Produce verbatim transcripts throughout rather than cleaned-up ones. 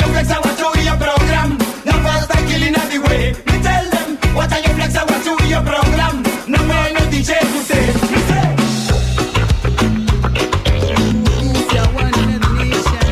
you flex and what you your program? No fast and killing at the way. Me tell them, what are you flex and what you your program? No man, no D J to say. Me say. It's your one in the nation.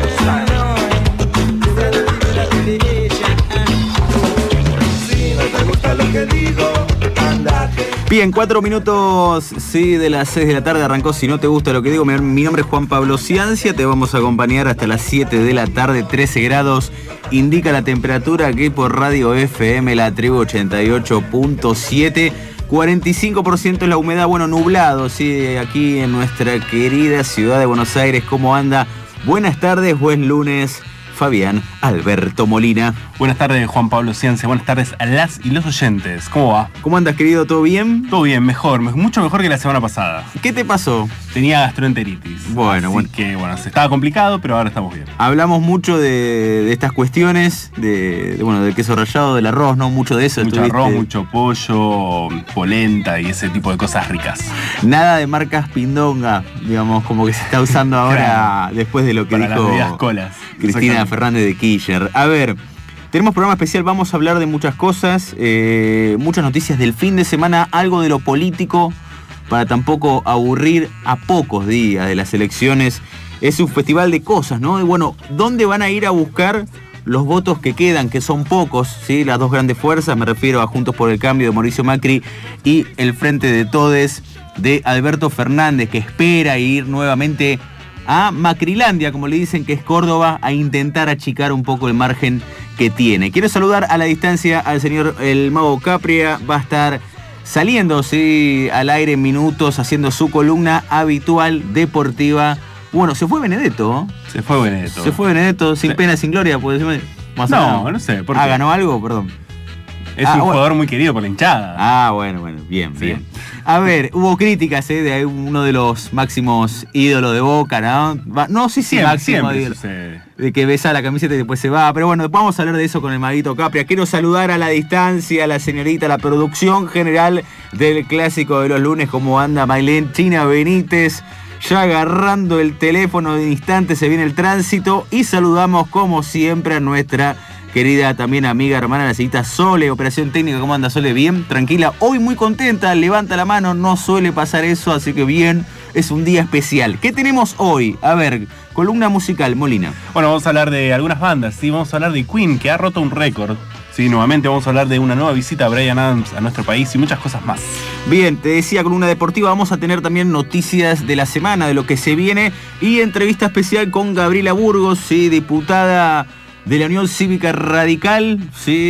Si no te gusta lo que digo, andate. Bien, cuatro minutos, sí, de las seis de la tarde arrancó. Si no te gusta lo que digo, mi, mi nombre es Juan Pablo Ciancia. Te vamos a acompañar hasta las siete de la tarde, trece grados. Indica la temperatura aquí por Radio F M, la tribu ochenta y ocho punto siete. cuarenta y cinco por ciento es la humedad, bueno, nublado, sí, aquí en nuestra querida ciudad de Buenos Aires. ¿Cómo anda? Buenas tardes, buen lunes. Fabián Alberto Molina. Buenas tardes, Juan Pablo Ciancia. Buenas tardes a las y los oyentes. ¿Cómo va? ¿Cómo andas, querido? ¿Todo bien? Todo bien, mejor, mucho mejor que la semana pasada. ¿Qué te pasó? Tenía gastroenteritis. Bueno, así bueno. que, bueno, se estaba complicado, pero ahora estamos bien. Hablamos mucho de, de estas cuestiones, de, de, bueno, del queso rallado, del arroz, ¿no? Mucho de eso. Mucho ¿estuviste? arroz, mucho pollo, polenta y ese tipo de cosas ricas. Nada de marcas pindonga, digamos, como que se está usando ahora, claro, después de lo que para dijo las medias colas. Cristina Fernández de Kirchner. A ver, tenemos programa especial, vamos a hablar de muchas cosas, eh, muchas noticias del fin de semana, algo de lo político, para tampoco aburrir a pocos días de las elecciones. Es un festival de cosas, ¿no? Y bueno, ¿dónde van a ir a buscar los votos que quedan, que son pocos, ¿sí? Las dos grandes fuerzas, me refiero a Juntos por el Cambio de Mauricio Macri y el Frente de Todes de Alberto Fernández, que espera ir nuevamente a Macrilandia, como le dicen, que es Córdoba, a intentar achicar un poco el margen que tiene. Quiero saludar a la distancia al señor El Mago Capria, va a estar saliendo, sí, al aire en minutos, haciendo su columna habitual deportiva. Bueno, se fue Benedetto. Se fue Benedetto. Se fue Benedetto, sin sí. pena, sin gloria, puede decirme. Más no, no sé. ¿Por ah, qué? ¿ganó algo? Perdón. Es ah, un bueno. jugador muy querido por la hinchada. Ah, bueno, bueno, bien, sí. bien. A ver, hubo críticas, ¿eh? De uno de los máximos ídolos de Boca, ¿no? No, sí, sí, siempre, máximo siempre ídolo. Sucede. De que besa la camiseta y después se va. Pero bueno, vamos a hablar de eso con el Maguito Capria. Quiero saludar a la distancia a la señorita, a la producción general del Clásico de los Lunes. ¿Cómo anda Mailén China Benítez? Ya agarrando el teléfono de instante, se viene el tránsito. Y saludamos, como siempre, a nuestra querida también amiga, hermana, la señorita Sole, operación técnica. ¿Cómo anda, Sole? Bien, tranquila. Hoy muy contenta, levanta la mano, no suele pasar eso, así que bien, es un día especial. ¿Qué tenemos hoy? A ver, columna musical, Molina. Bueno, vamos a hablar de algunas bandas, sí, vamos a hablar de Queen, que ha roto un récord. Sí, nuevamente vamos a hablar de una nueva visita a Bryan Adams a nuestro país y muchas cosas más. Bien, te decía, columna deportiva, vamos a tener también noticias de la semana, de lo que se viene, y entrevista especial con Gabriela Burgos, sí, diputada de la Unión Cívica Radical,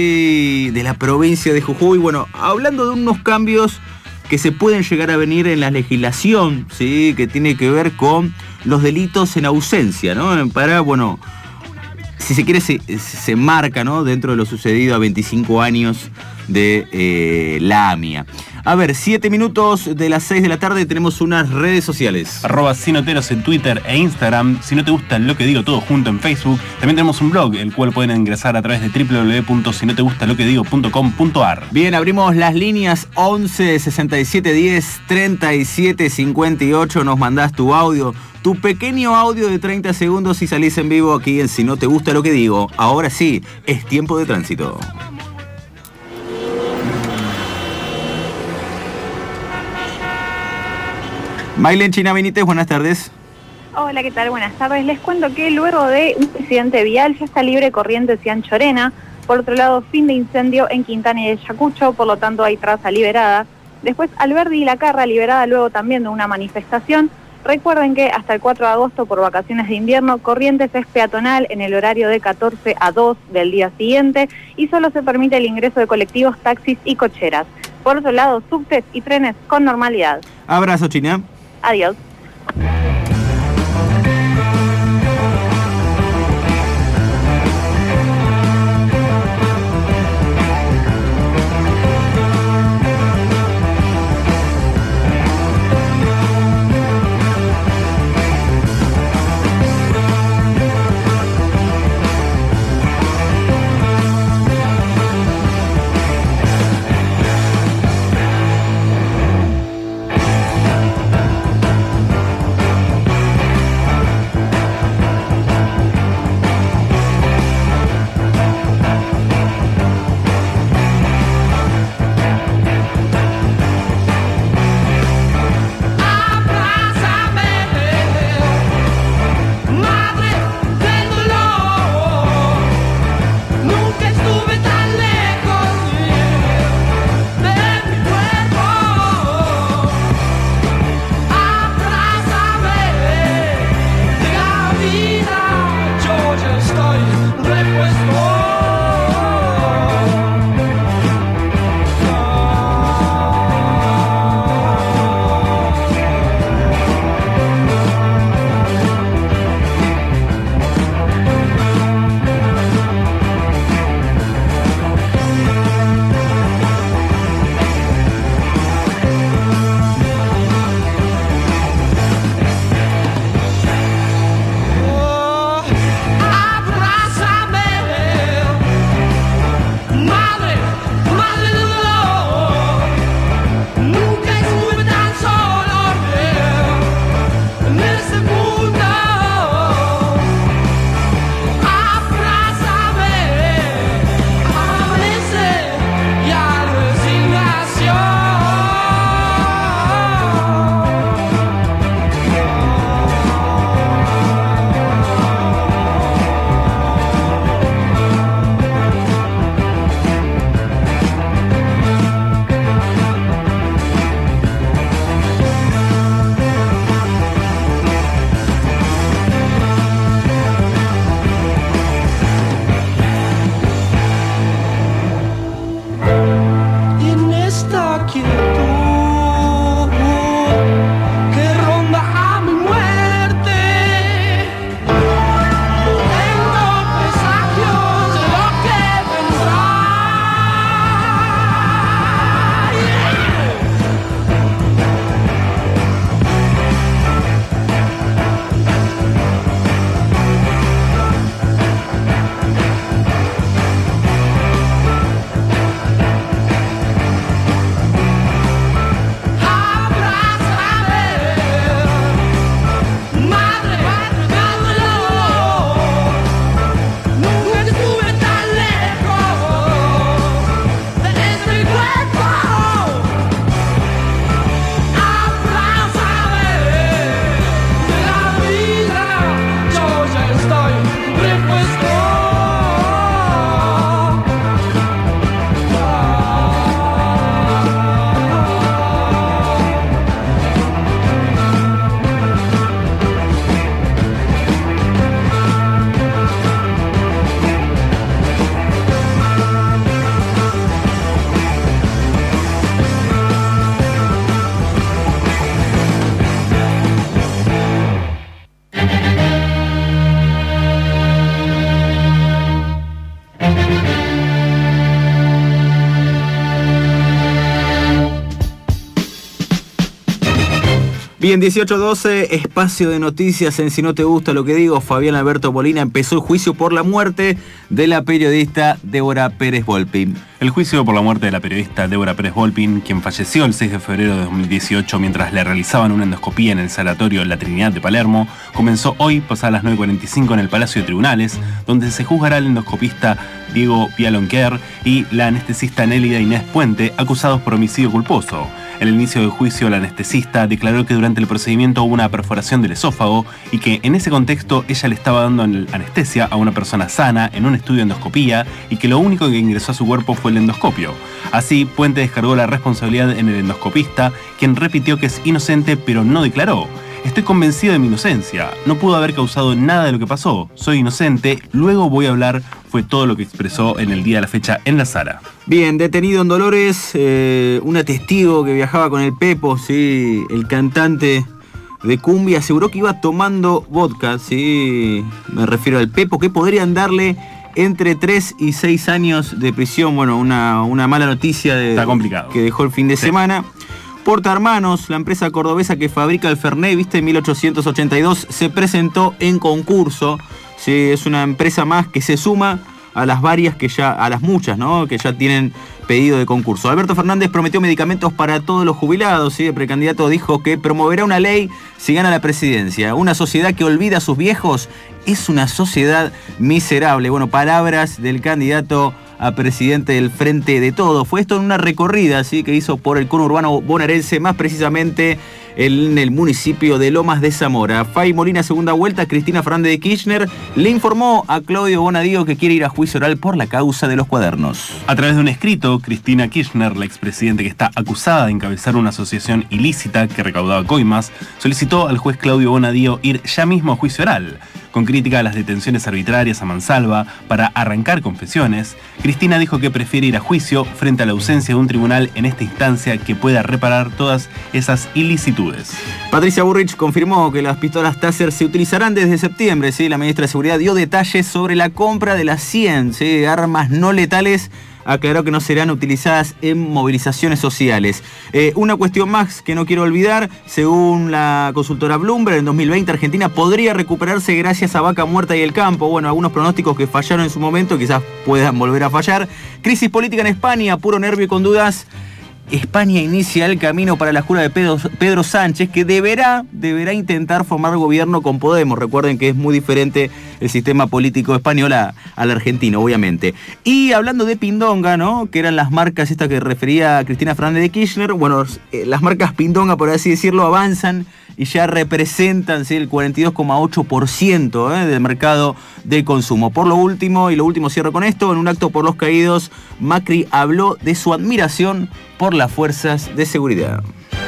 sí, de la provincia de Jujuy. Bueno, hablando de unos cambios que se pueden llegar a venir en la legislación, sí, que tiene que ver con los delitos en ausencia, ¿no? Para, bueno, si se quiere, se, se marca, ¿no? Dentro de lo sucedido a veinticinco años de eh, la AMIA. A ver, siete minutos de las seis de la tarde, tenemos unas redes sociales. Arroba Sinoteros en Twitter e Instagram. Si no te gusta lo que digo, todo junto en Facebook. También tenemos un blog, el cual pueden ingresar a través de w w w punto si no te gusta lo que digo punto com punto a r. Bien, abrimos las líneas once sesenta y siete diez treinta y siete cincuenta y ocho. Nos mandás tu audio, tu pequeño audio de treinta segundos y salís en vivo aquí en Si no te gusta lo que digo. Ahora sí, es tiempo de tránsito. Mailén China Benítez, buenas tardes. Hola, ¿qué tal? Buenas tardes. Les cuento que luego de un accidente vial ya está libre Corrientes y Anchorena. Por otro lado, fin de incendio en Quintana y Ayacucho, por lo tanto hay traza liberada. Después Alberdi y La Carra liberada luego también de una manifestación. Recuerden que hasta el cuatro de agosto, por vacaciones de invierno, Corrientes es peatonal en el horario de catorce a dos del día siguiente y solo se permite el ingreso de colectivos, taxis y cocheras. Por otro lado, subtes y trenes con normalidad. Abrazo, China. Adiós. Bien, dieciocho doce, espacio de noticias en Si No Te Gusta Lo Que Digo. Fabián Alberto Molina empezó el juicio por la muerte de la periodista Débora Pérez Volpi. El juicio por la muerte de la periodista Débora Pérez Volpi, quien falleció el seis de febrero de dos mil dieciocho mientras le realizaban una endoscopía en el sanatorio La Trinidad de Palermo, comenzó hoy pasadas las nueve cuarenta y cinco en el Palacio de Tribunales, donde se juzgará al endoscopista Diego Vialonquer y la anestesista Nélida Inés Puente, acusados por homicidio culposo. En el inicio del juicio, la anestesista declaró que durante el procedimiento hubo una perforación del esófago y que en ese contexto ella le estaba dando anestesia a una persona sana en un estudio de endoscopía y que lo único que ingresó a su cuerpo fue el endoscopio. Así, Puente descargó la responsabilidad en el endoscopista, quien repitió que es inocente pero no declaró. Estoy convencido de mi inocencia. No pudo haber causado nada de lo que pasó. Soy inocente. Luego voy a hablar. Fue todo lo que expresó en el día de la fecha en la sala. Bien, detenido en Dolores, eh, una testigo que viajaba con el Pepo, sí, el cantante de cumbia, aseguró que iba tomando vodka, sí, me refiero al Pepo, que podrían darle entre tres y seis años de prisión. Bueno, una, una mala noticia de, Está complicado. que dejó el fin de sí. semana. Porta Hermanos, la empresa cordobesa que fabrica el Fernet, viste, en mil ochocientos ochenta y dos, se presentó en concurso. Sí, es una empresa más que se suma a las varias que ya, a las muchas, ¿no?, que ya tienen pedido de concurso. Alberto Fernández prometió medicamentos para todos los jubilados, ¿sí? El precandidato dijo que promoverá una ley si gana la presidencia. Una sociedad que olvida a sus viejos es una sociedad miserable. Bueno, palabras del candidato a presidente del Frente de Todos. Fue esto en una recorrida, ¿sí?, que hizo por el conurbano bonaerense, más precisamente en el municipio de Lomas de Zamora. Fay Molina, segunda vuelta. Cristina Fernández de Kirchner le informó a Claudio Bonadío que quiere ir a juicio oral por la causa de los cuadernos. A través de un escrito, Cristina Kirchner, la expresidente que está acusada de encabezar una asociación ilícita que recaudaba coimas, solicitó al juez Claudio Bonadío ir ya mismo a juicio oral. Con crítica a las detenciones arbitrarias a mansalva para arrancar confesiones, Cristina dijo que prefiere ir a juicio frente a la ausencia de un tribunal en esta instancia que pueda reparar todas esas ilicitudes. Patricia Burrich confirmó que las pistolas Taser se utilizarán desde septiembre. ¿Sí? La ministra de Seguridad dio detalles sobre la compra de las cien, ¿sí?, armas no letales. Aclaró que no serán utilizadas en movilizaciones sociales. Eh, una cuestión más que no quiero olvidar: según la consultora Bloomberg, en dos mil veinte Argentina podría recuperarse gracias a Vaca Muerta y el campo. Bueno, algunos pronósticos que fallaron en su momento quizás puedan volver a fallar. Crisis política en España, puro nervio y con dudas. España inicia el camino para la jura de Pedro, Pedro Sánchez, que deberá, deberá intentar formar gobierno con Podemos. Recuerden que es muy diferente el sistema político español a, al argentino, obviamente. Y hablando de pindonga, ¿no?, que eran las marcas estas que refería Cristina Fernández de Kirchner, bueno, eh, las marcas pindonga, por así decirlo, avanzan y ya representan, ¿sí?, el cuarenta y dos coma ocho por ciento ¿eh? del mercado de consumo. Por lo último, y lo último cierro con esto, en un acto por los caídos, Macri habló de su admiración por las fuerzas de seguridad.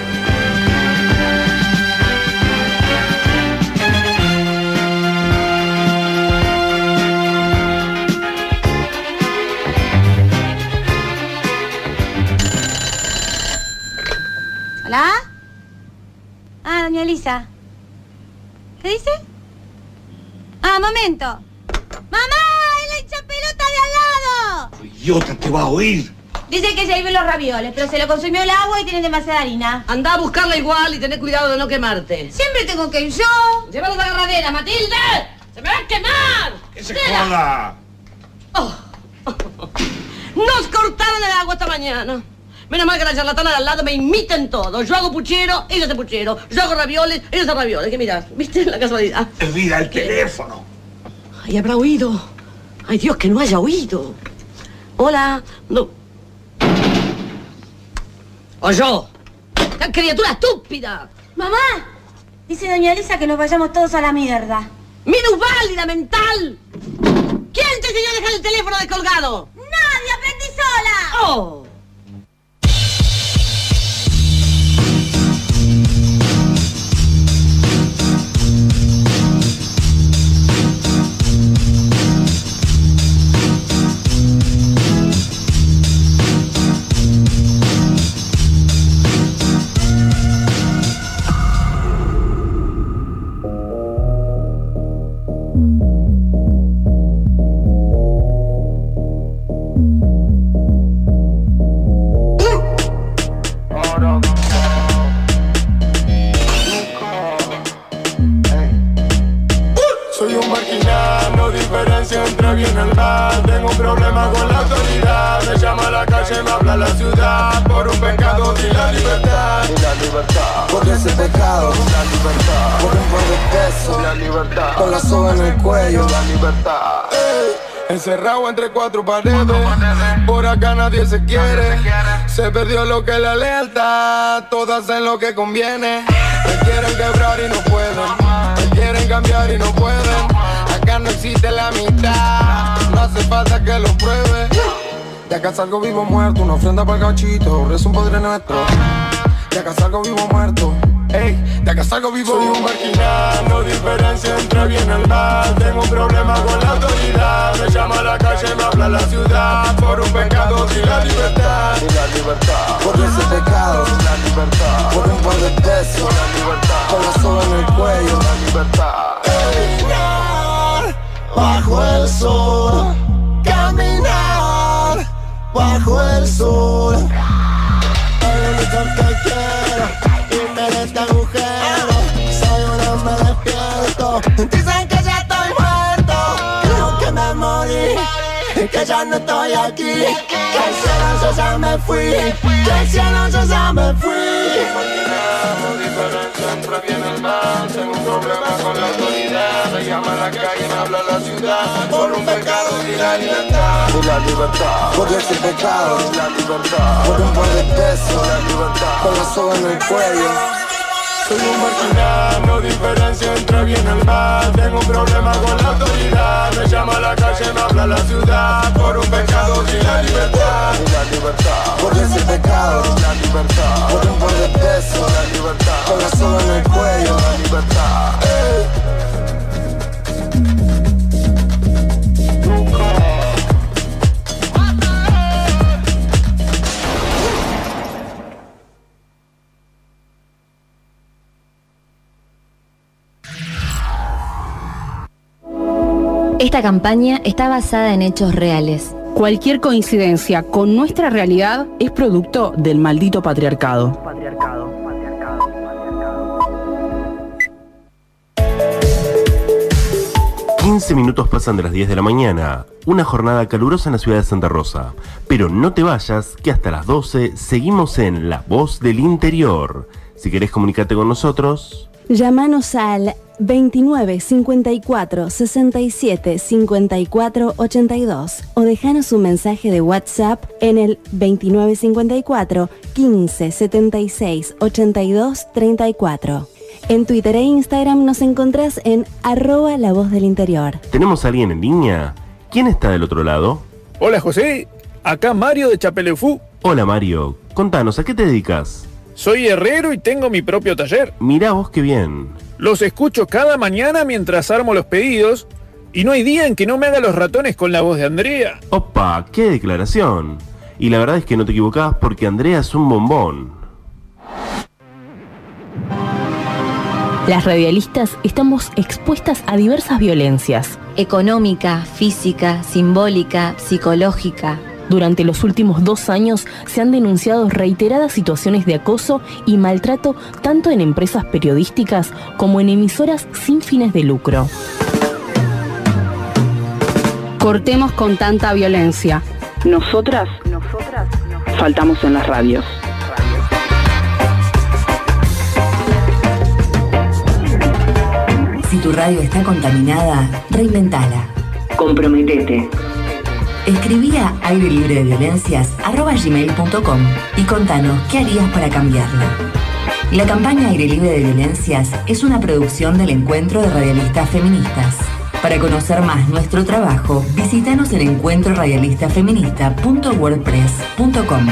¿Hola? Ah, doña Elisa. ¿Qué dice? Ah, momento. ¡Mamá! ¡Es la hinchapelota de al lado! ¡Idiota, te va a oír! Dice que se hirvió los ravioles, pero se lo consumió el agua y tiene demasiada harina. Andá a buscarla igual y tené cuidado de no quemarte. Siempre tengo que ir yo. ¡Llévalo a la agarradera, Matilde! ¡Se me va a quemar! ¡Que se joda! Oh. Nos cortaron el agua esta mañana. Menos mal que la charlatana de al lado me imiten todo. Yo hago puchero, ellos hacen puchero. Yo hago ravioles, ellos hacen ravioles. ¿Qué mirás? ¿Viste la casualidad? Mira el teléfono. Ay, habrá oído. Ay, Dios, que no haya oído. Hola. No. O yo. ¡Qué criatura estúpida! Mamá, dice doña Elisa que nos vayamos todos a la mierda. ¡Minusválida mental! ¿Quién te enseñó a dejar el teléfono descolgado? ¡Nadie! ¡Aprendí sola! ¡Oh! marginal, no diferencio entre bien y el mal. Tengo un problema con la autoridad. Me llama a la calle, me habla la ciudad. Por un pecado y la libertad. Y la libertad. Por ese pecado, la libertad. por un par de pesos, La libertad. con la soga en el cuello, La libertad. Ey, encerrado entre cuatro paredes, por acá nadie se quiere. Se perdió lo que es la lealtad. Todas hacen lo que conviene. Me quieren quebrar y no pueden. Me quieren cambiar y no pueden. Acá no existe la mitad. No hace falta que lo pruebe. De acá salgo vivo muerto, una ofrenda para el gachito. Rezo un padre nuestro. De acá salgo vivo muerto. Ey, de acá salgo vivo. Soy un marginal, no diferencia entre bien y el mal. Tengo un problema con la autoridad. Me llama a la calle, me habla la ciudad. Por un pecado y la libertad. Y la libertad. por ese pecado, La libertad. por un par de pesos, La libertad. con la soga en el cuello. La libertad. Caminar bajo el sol, caminar bajo el sol. Hay un lugar que quiero irme de este agujero. Soy un hombre despierto. Dicen que ya estoy muerto, creo que me morí, que ya no estoy aquí, que al cielo yo ya me fui, que al cielo yo ya me fui. No diferencia entre bien y el mal. Tengo un problema con la autoridad. Me llama a la calle, me habla la ciudad. Por un pecado y la libertad. Y la libertad. Por ese pecado, La libertad. por un par de pesos, La libertad. con la soga en el cuello. Soy un marginal, no diferencio entre bien y el mal. Tengo un problema con la autoridad. Me llama a la calle, me habla la ciudad. Por un pecado y la libertad. Y la libertad. Por ese pecado, La libertad. por un par de pesos, La libertad. con la soga en el cuello. La libertad. Esta campaña está basada en hechos reales. Cualquier coincidencia con nuestra realidad es producto del maldito patriarcado. quince minutos pasan de las diez de la mañana. Una jornada calurosa en la ciudad de Santa Rosa. Pero no te vayas, que hasta las doce seguimos en La Voz del Interior. Si querés comunicarte con nosotros, llámanos al veintinueve cincuenta y cuatro sesenta y siete cincuenta y cuatro ochenta y dos o dejanos un mensaje de WhatsApp en el veintinueve cincuenta y cuatro quince setenta y seis ochenta y dos treinta y cuatro. En Twitter e Instagram nos encontrás en arroba La Voz del Interior. ¿tenemos a alguien en línea? ¿Quién está del otro lado? Hola José, acá Mario de Chapelefú. Hola Mario, contanos, ¿a qué te dedicas? Soy herrero y tengo mi propio taller. Mirá vos qué bien. Los escucho cada mañana mientras armo los pedidos y no hay día en que no me haga los ratones con la voz de Andrea. Opa, qué declaración. Y la verdad es que no te equivocás porque Andrea es un bombón. Las radialistas estamos expuestas a diversas violencias. Económica, física, simbólica, psicológica. Durante los últimos dos años se han denunciado reiteradas situaciones de acoso y maltrato tanto en empresas periodísticas como en emisoras sin fines de lucro. Cortemos con tanta violencia. Nosotras, nosotras, nosotras faltamos en las radios. Si tu radio está contaminada, reinventala. Comprometete. Escribí a aire libre de violencias arroba gmail punto com y contanos qué harías para cambiarla. La campaña Aire Libre de Violencias es una producción del Encuentro de Radialistas Feministas. Para conocer más nuestro trabajo, visítanos en encuentro radialista feminista punto wordpress punto com.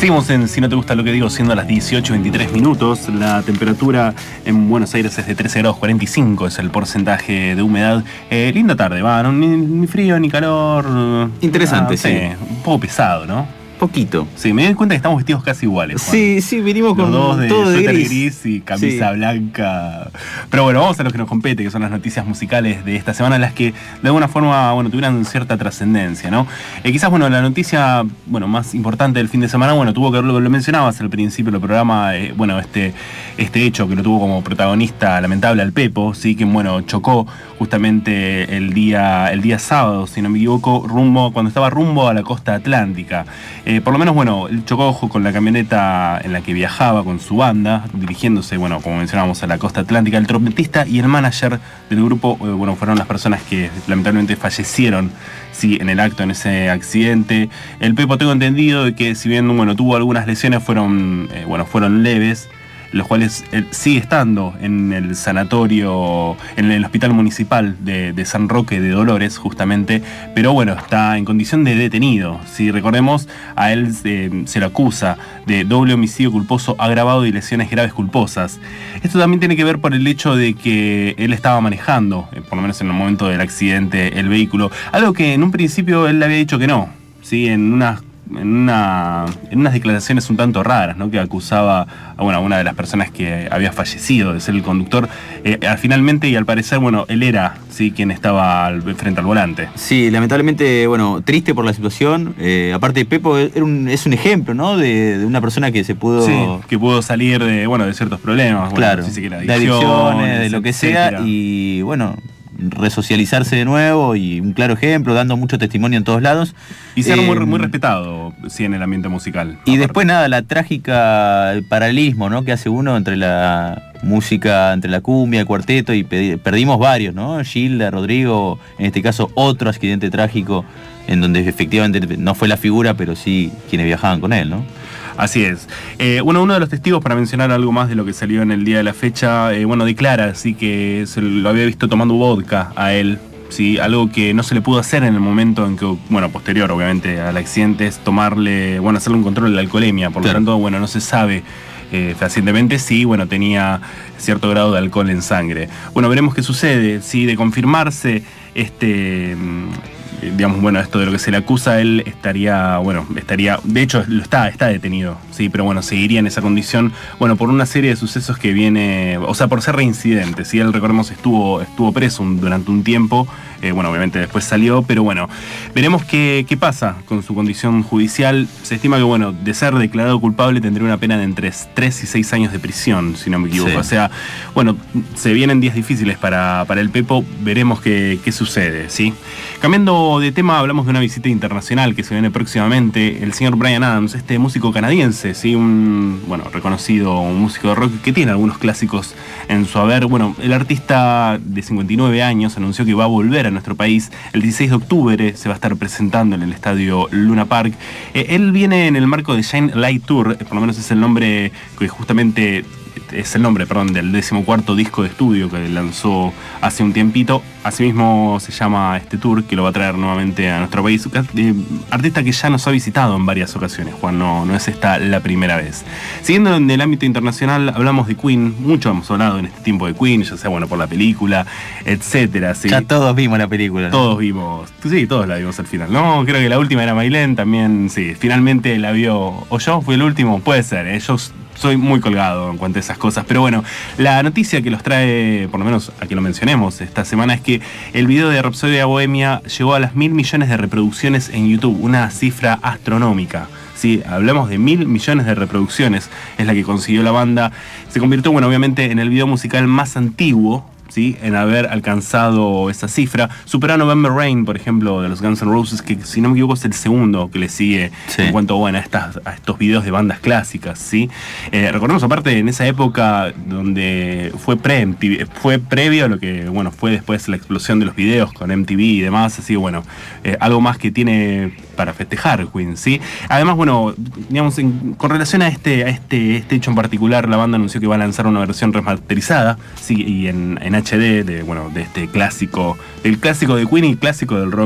Seguimos en Si no te gusta lo que digo, siendo las dieciocho veintitrés minutos. La temperatura en Buenos Aires es de trece grados cuarenta y cinco, es el porcentaje de humedad. Eh, linda tarde, va, no, ni, ni frío ni calor. Interesante, ah, sí. sí. Un poco pesado, ¿no? Poquito. Sí, me doy cuenta que estamos vestidos casi iguales, Juan. Sí, sí, vinimos con los dos de todo de suéter gris. gris y camisa Sí. blanca. Pero bueno, vamos a lo que nos compete, que son las noticias musicales de esta semana, las que de alguna forma, bueno, tuvieran cierta trascendencia, ¿no? Eh, quizás, bueno, la noticia, bueno, más importante del fin de semana, bueno, tuvo que ver, lo, lo mencionabas al principio del programa, eh, bueno, este, este hecho que lo tuvo como protagonista lamentable al Pepo, sí, que, bueno, chocó justamente el día, el día sábado, si no me equivoco, rumbo, cuando estaba rumbo a la costa atlántica. Eh, por lo menos, bueno, él chocó ojo con la camioneta en la que viajaba con su banda, dirigiéndose, bueno, como mencionábamos, a la costa atlántica. El trompetista y el manager del grupo, eh, bueno, fueron las personas que lamentablemente fallecieron, sí, en el acto, en ese accidente. El Pepo, tengo entendido de que si bien, bueno, tuvo algunas lesiones, fueron, eh, bueno, fueron leves, los cuales él sigue estando en el sanatorio, en el hospital municipal de, de San Roque de Dolores, justamente, pero bueno, está en condición de detenido. Si recordemos, a él eh, se lo acusa de doble homicidio culposo agravado y lesiones graves culposas. Esto también tiene que ver por el hecho de que él estaba manejando, eh, por lo menos en el momento del accidente, el vehículo, algo que en un principio él le había dicho que no, ¿sí? En unas En, una, en unas declaraciones un tanto raras, ¿no? Que acusaba a, bueno, a una de las personas que había fallecido de ser el conductor. Eh, finalmente, y al parecer, bueno, él era, sí, quien estaba al, frente al volante. Sí, lamentablemente, bueno, triste por la situación. Eh, aparte, Pepo era un, es un ejemplo, ¿no? De, de una persona que se pudo... Sí, que pudo salir de, bueno, de ciertos problemas. Bueno, Claro, si se quiere, de adicciones, de lo que sea, etcétera. y bueno, resocializarse de nuevo, y un claro ejemplo, dando mucho testimonio en todos lados. Y ser Eh, muy, muy respetado, sí, en el ambiente musical. Y después nada, la trágica, el paralelismo, ¿no? Que hace uno entre la música, entre la cumbia, el cuarteto, y pedi- perdimos varios, ¿no? Gilda, Rodrigo, en este caso otro accidente trágico, en donde efectivamente no fue la figura, pero sí quienes viajaban con él, ¿no? Así es. Eh, bueno, uno de los testigos, para mencionar algo más de lo que salió en el día de la fecha, eh, bueno, declara, sí, que se lo había visto tomando vodka a él, sí, algo que no se le pudo hacer en el momento en que, bueno, posterior, obviamente, al accidente, es tomarle, bueno, hacerle un control de la alcoholemia, por lo Claro. tanto, bueno, no se sabe eh, fehacientemente si, bueno, tenía cierto grado de alcohol en sangre. Bueno, veremos qué sucede, si de confirmarse este... digamos, bueno, esto de lo que se le acusa, él estaría, bueno, estaría, de hecho, lo está, está detenido, sí, pero bueno, seguiría en esa condición, bueno, por una serie de sucesos que viene, o sea, por ser reincidente, sí, él, recordemos, estuvo, estuvo preso un, durante un tiempo, eh, bueno, obviamente después salió, pero bueno, veremos qué, qué pasa con su condición judicial. Se estima que, bueno, de ser declarado culpable tendría una pena de entre tres y seis años de prisión, si no me equivoco, Sí. o sea, bueno, se vienen días difíciles para, para el Pepo, veremos qué, qué sucede, ¿sí? Cambiando de tema, hablamos de una visita internacional que se viene próximamente. El señor Bryan Adams, este músico canadiense, ¿sí? Un, bueno, reconocido un músico de rock que tiene algunos clásicos en su haber. Bueno, el artista de cincuenta y nueve años anunció que va a volver a nuestro país. El dieciséis de octubre se va a estar presentando en el estadio Luna Park. Eh, él viene en el marco de Shine Light Tour, por lo menos es el nombre que justamente... es el nombre, perdón, del decimocuarto disco de estudio que lanzó hace un tiempito. Asimismo se llama este tour, que lo va a traer nuevamente a nuestro país. Eh, artista que ya nos ha visitado en varias ocasiones, Juan, no, no es esta la primera vez. Siguiendo en el ámbito internacional, hablamos de Queen. Mucho hemos hablado en este tiempo de Queen, ya sea, bueno, por la película, etcétera. ¿sí? Ya todos vimos la película, ¿no? Todos vimos, sí, todos la vimos al final. No, creo que la última era Maylene, también, sí, finalmente la vio. ¿O yo fui el último? Puede ser, ¿eh? Yo soy muy colgado en cuanto a esas cosas, pero bueno, la noticia que los trae, por lo menos a que lo mencionemos esta semana, es que el video de Rapsodia Bohemia llegó a las mil millones de reproducciones en YouTube, una cifra astronómica. Sí, hablamos de mil millones de reproducciones, es la que consiguió la banda. Se convirtió, bueno, obviamente en el video musical más antiguo, ¿sí? En haber alcanzado esa cifra. Supera November Rain, por ejemplo, de los Guns N' Roses, que si no me equivoco es el segundo que le sigue sí. en cuanto, bueno, a, estas, a estos videos de bandas clásicas, ¿sí? Eh, recordemos aparte en esa época donde fue pre M T V, fue previo a lo que, bueno, fue después la explosión de los videos con M T V y demás, así que bueno, eh, algo más que tiene para festejar Queen, ¿sí? Además, bueno, digamos, en, con relación a este, a este, este hecho en particular, la banda anunció que va a lanzar una versión remasterizada, sí, y en, en H D de, bueno, de este clásico, del clásico de Queen y clásico del rock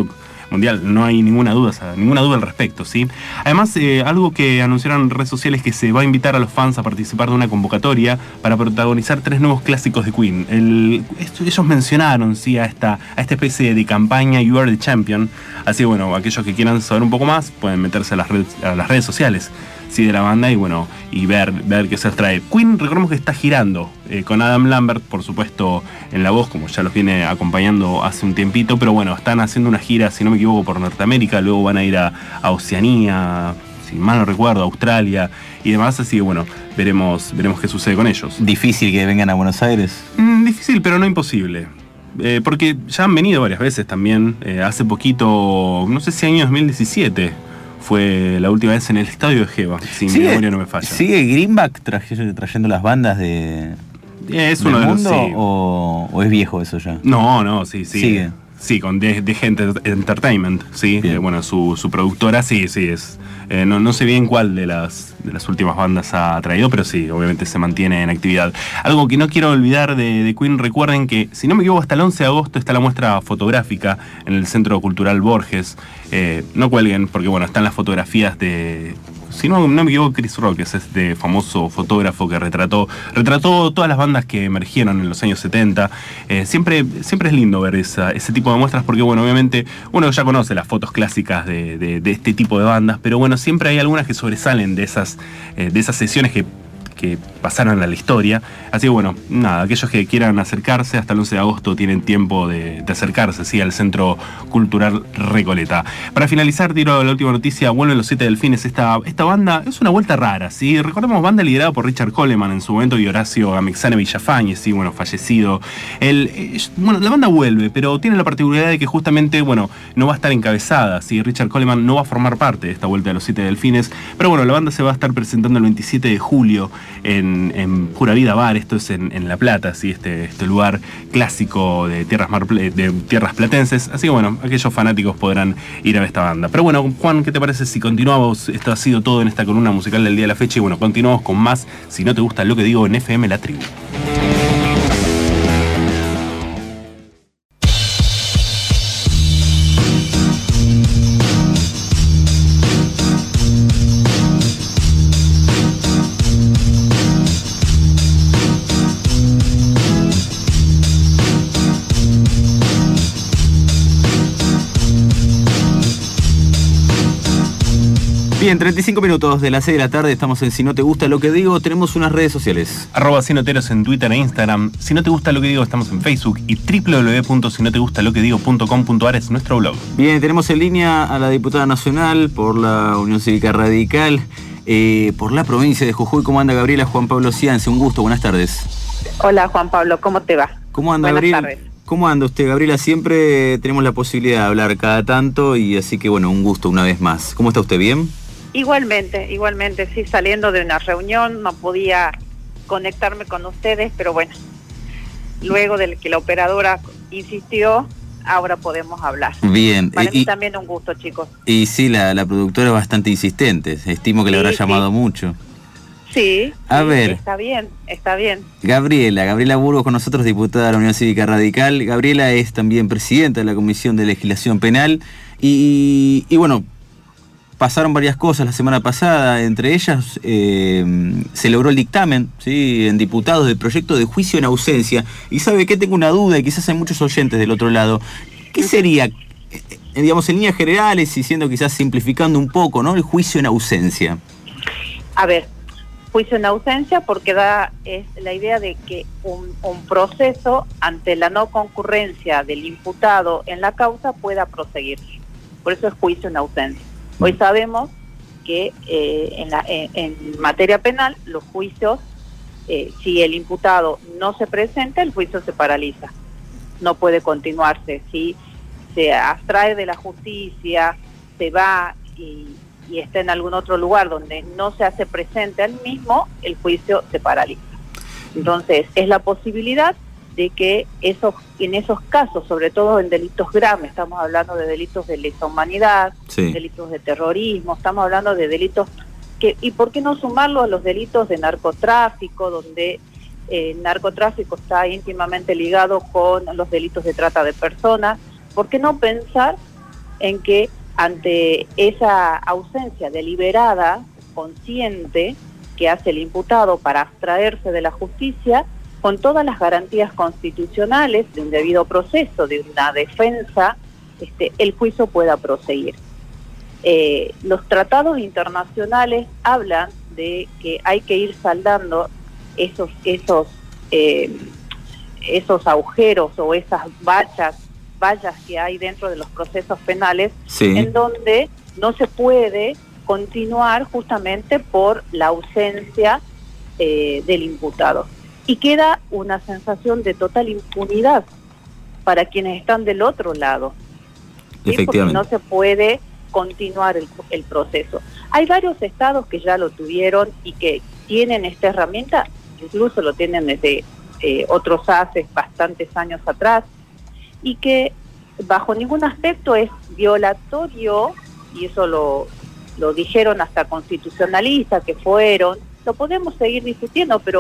mundial, no hay ninguna duda, ninguna duda al respecto, ¿sí? Además, eh, algo que anunciaron en redes sociales es que se va a invitar a los fans a participar de una convocatoria para protagonizar tres nuevos clásicos de Queen. El, esto, ellos mencionaron, sí, a esta, a esta especie de campaña You Are the Champion, así que bueno, aquellos que quieran saber un poco más pueden meterse a las redes, a las redes sociales, sí, de la banda y bueno, y ver, ver qué se trae. Queen, recordemos que está girando eh, con Adam Lambert, por supuesto, en la voz, como ya los viene acompañando hace un tiempito, pero bueno, están haciendo una gira, si no me equivoco, por Norteamérica, luego van a ir a, a Oceanía, si mal no recuerdo, a Australia y demás, así que bueno, veremos, veremos qué sucede con ellos. ¿Difícil que vengan a Buenos Aires? Mm, difícil, pero no imposible. Eh, porque ya han venido varias veces también, eh, hace poquito, no sé si año dos mil diecisiete, fue la última vez en el estadio de Jeva, si mi memoria no me falla. ¿Sigue Greenback traje, trayendo las bandas de, es uno del de los, mundo sí. o, o es viejo eso ya? No, no, sí, sí. Sigue. Sí, con The, The Gente Entertainment, sí. Eh, bueno, su, su productora, sí, sí, es. Eh, no, no sé bien cuál de las, de las últimas bandas ha traído, pero sí, obviamente se mantiene en actividad. Algo que no quiero olvidar de, de Queen, recuerden que, si no me equivoco, hasta el once de agosto está la muestra fotográfica en el Centro Cultural Borges. Eh, no cuelguen, porque bueno, están las fotografías de... Si no, no me equivoco, Chris Rock es este famoso fotógrafo que retrató retrató todas las bandas que emergieron en los años setenta. Eh, siempre, siempre es lindo ver esa, ese tipo de muestras porque, bueno, obviamente uno ya conoce las fotos clásicas de, de, de este tipo de bandas, pero bueno, siempre hay algunas que sobresalen de esas, eh, de esas sesiones que que pasaron a la historia. Así que bueno, nada, aquellos que quieran acercarse hasta el once de agosto tienen tiempo de, de acercarse, ¿sí?, al Centro Cultural Recoleta. Para finalizar, tiro la última noticia, vuelven los Siete Delfines. Esta, esta banda es una vuelta rara, ¿sí? Recordemos, banda liderada por Richard Coleman en su momento y Horacio Amixane Villafañe, sí, bueno, fallecido. El, eh, bueno, la banda vuelve, pero tiene la particularidad de que justamente, bueno, no va a estar encabezada, ¿sí? Richard Coleman no va a formar parte de esta vuelta de los Siete Delfines, pero bueno, la banda se va a estar presentando el veintisiete de julio en, en Pura Vida Bar, esto es en, en La Plata, ¿sí? este, este lugar clásico de tierras, mar, de tierras platenses, así que bueno, aquellos fanáticos podrán ir a ver esta banda. Pero bueno, Juan, ¿qué te parece si continuamos? Esto ha sido todo en esta columna musical del día de la fecha y bueno, continuamos con más Si no te gusta lo que digo en F M La Tribu. Bien, treinta y cinco minutos de las seis de la tarde, estamos en Si no te gusta lo que digo, tenemos unas redes sociales. Arroba Sinoteros en Twitter e Instagram. Si no te gusta lo que digo, estamos en Facebook y doble u doble u doble u punto si no te gusta lo que digo punto com punto a r es nuestro blog. Bien, tenemos en línea a la diputada nacional por la Unión Cívica Radical, eh, por la provincia de Jujuy. ¿Cómo anda Gabriela? Juan Pablo Ciance, un gusto, buenas tardes. Hola Juan Pablo, ¿cómo te va? ¿Cómo anda Gabriela? Buenas tardes. ¿Cómo anda usted, Gabriela? Siempre tenemos la posibilidad de hablar cada tanto y así que bueno, un gusto una vez más. ¿Cómo está usted? ¿Bien? Igualmente, igualmente, sí, saliendo de una reunión, no podía conectarme con ustedes, pero bueno, luego de que la operadora insistió, ahora podemos hablar. Bien. Para y, mí también un gusto, chicos. Y sí, la, la productora es bastante insistente, estimo que le habrá sí, llamado sí. mucho. Sí, a sí, ver. Está bien, está bien. Gabriela, Gabriela Burgos con nosotros, diputada de la Unión Cívica Radical. Gabriela es también presidenta de la Comisión de Legislación Penal y, y bueno, pasaron varias cosas la semana pasada, entre ellas eh, se logró el dictamen, ¿sí?, en diputados del proyecto de juicio en ausencia. Y sabe que tengo una duda y quizás hay muchos oyentes del otro lado. ¿Qué sería, eh, digamos, en líneas generales y siendo quizás simplificando un poco, ¿no?, el juicio en ausencia? A ver, juicio en ausencia porque da es la idea de que un, un proceso ante la no concurrencia del imputado en la causa pueda proseguir. Por eso es juicio en ausencia. Hoy sabemos que eh, en, la, en, en materia penal los juicios, eh, si el imputado no se presenta, el juicio se paraliza, no puede continuarse. Si se abstrae de la justicia, se va y, y está en algún otro lugar donde no se hace presente al mismo, el juicio se paraliza. Entonces, es la posibilidad de que esos, en esos casos, sobre todo en delitos graves, estamos hablando de delitos de lesa humanidad, sí. delitos de terrorismo, estamos hablando de delitos que, y por qué no sumarlo a los delitos de narcotráfico, donde eh, el narcotráfico está íntimamente ligado con los delitos de trata de personas. ¿Por qué no pensar en que ante esa ausencia deliberada, consciente, que hace el imputado para abstraerse de la justicia, con todas las garantías constitucionales de un debido proceso, de una defensa, este, el juicio pueda proseguir. Eh, los tratados internacionales hablan de que hay que ir saldando esos, esos, eh, esos agujeros o esas vallas, vallas que hay dentro de los procesos penales, sí, en donde no se puede continuar justamente por la ausencia eh, del imputado. Y queda una sensación de total impunidad para quienes están del otro lado, ¿sí? Porque no se puede continuar el, el proceso. Hay varios estados que ya lo tuvieron y que tienen esta herramienta, incluso lo tienen desde eh, otros hace bastantes años atrás, y que bajo ningún aspecto es violatorio, y eso lo, lo dijeron hasta constitucionalistas que fueron, lo podemos seguir discutiendo, pero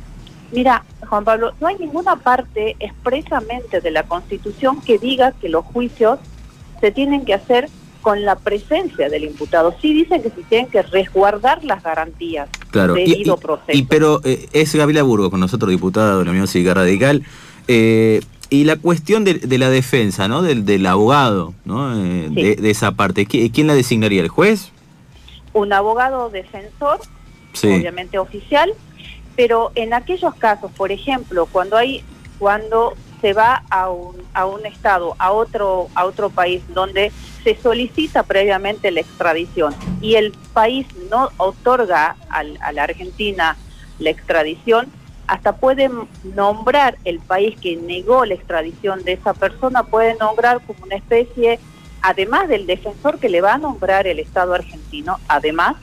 mira, Juan Pablo, no hay ninguna parte expresamente de la Constitución que diga que los juicios se tienen que hacer con la presencia del imputado. Sí dicen que se tienen que resguardar las garantías, claro, debido y, y, proceso. Y, pero eh, es Gabriela Burgos, con nosotros, diputada de la Unión Cívica Radical, eh, y la cuestión de, de la defensa, ¿no? Del, del abogado, ¿no? Eh, sí. de, de esa parte, ¿quién la designaría? ¿El juez? Un abogado defensor, sí, obviamente oficial, pero en aquellos casos, por ejemplo, cuando hay, cuando se va a un, a un estado, a otro, a otro país donde se solicita previamente la extradición y el país no otorga al, a la Argentina la extradición, hasta pueden nombrar el país que negó la extradición de esa persona, puede nombrar como una especie, además del defensor que le va a nombrar el Estado argentino, además,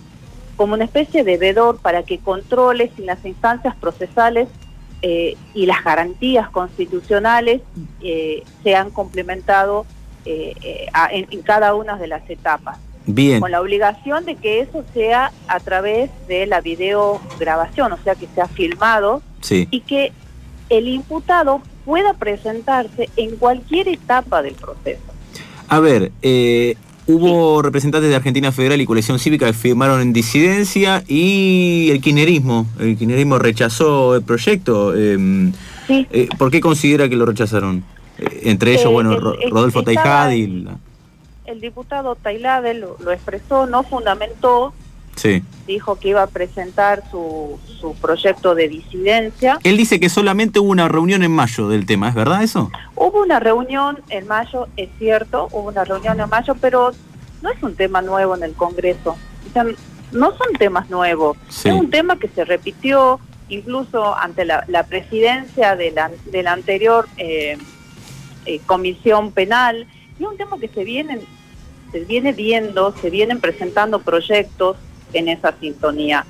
como una especie de vedor para que controle si las instancias procesales eh, y las garantías constitucionales eh, se han complementado eh, eh, a, en, en cada una de las etapas. Bien. Con la obligación de que eso sea a través de la videograbación, o sea, que sea filmado, sí, y que el imputado pueda presentarse en cualquier etapa del proceso. A ver, eh, hubo sí. representantes de Argentina Federal y Coalición Cívica que firmaron en disidencia y el kirchnerismo, el kirchnerismo rechazó el proyecto. Eh, sí. eh, ¿Por qué considera que lo rechazaron? Eh, entre ellos, eh, bueno, el, el, Rodolfo Taijad y... La... El diputado Tailade lo, lo expresó, no fundamentó, sí, dijo que iba a presentar su, su proyecto de disidencia. Él dice que solamente hubo una reunión en mayo del tema, ¿es verdad eso? Hubo una reunión en mayo, es cierto, hubo una reunión en mayo, pero no es un tema nuevo en el Congreso. O sea, no son temas nuevos, sí, es un tema que se repitió incluso ante la, la presidencia de la, de la anterior eh, eh, comisión penal. Y es un tema que se viene, se viene viendo, se vienen presentando proyectos en esa sintonía.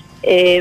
Eh,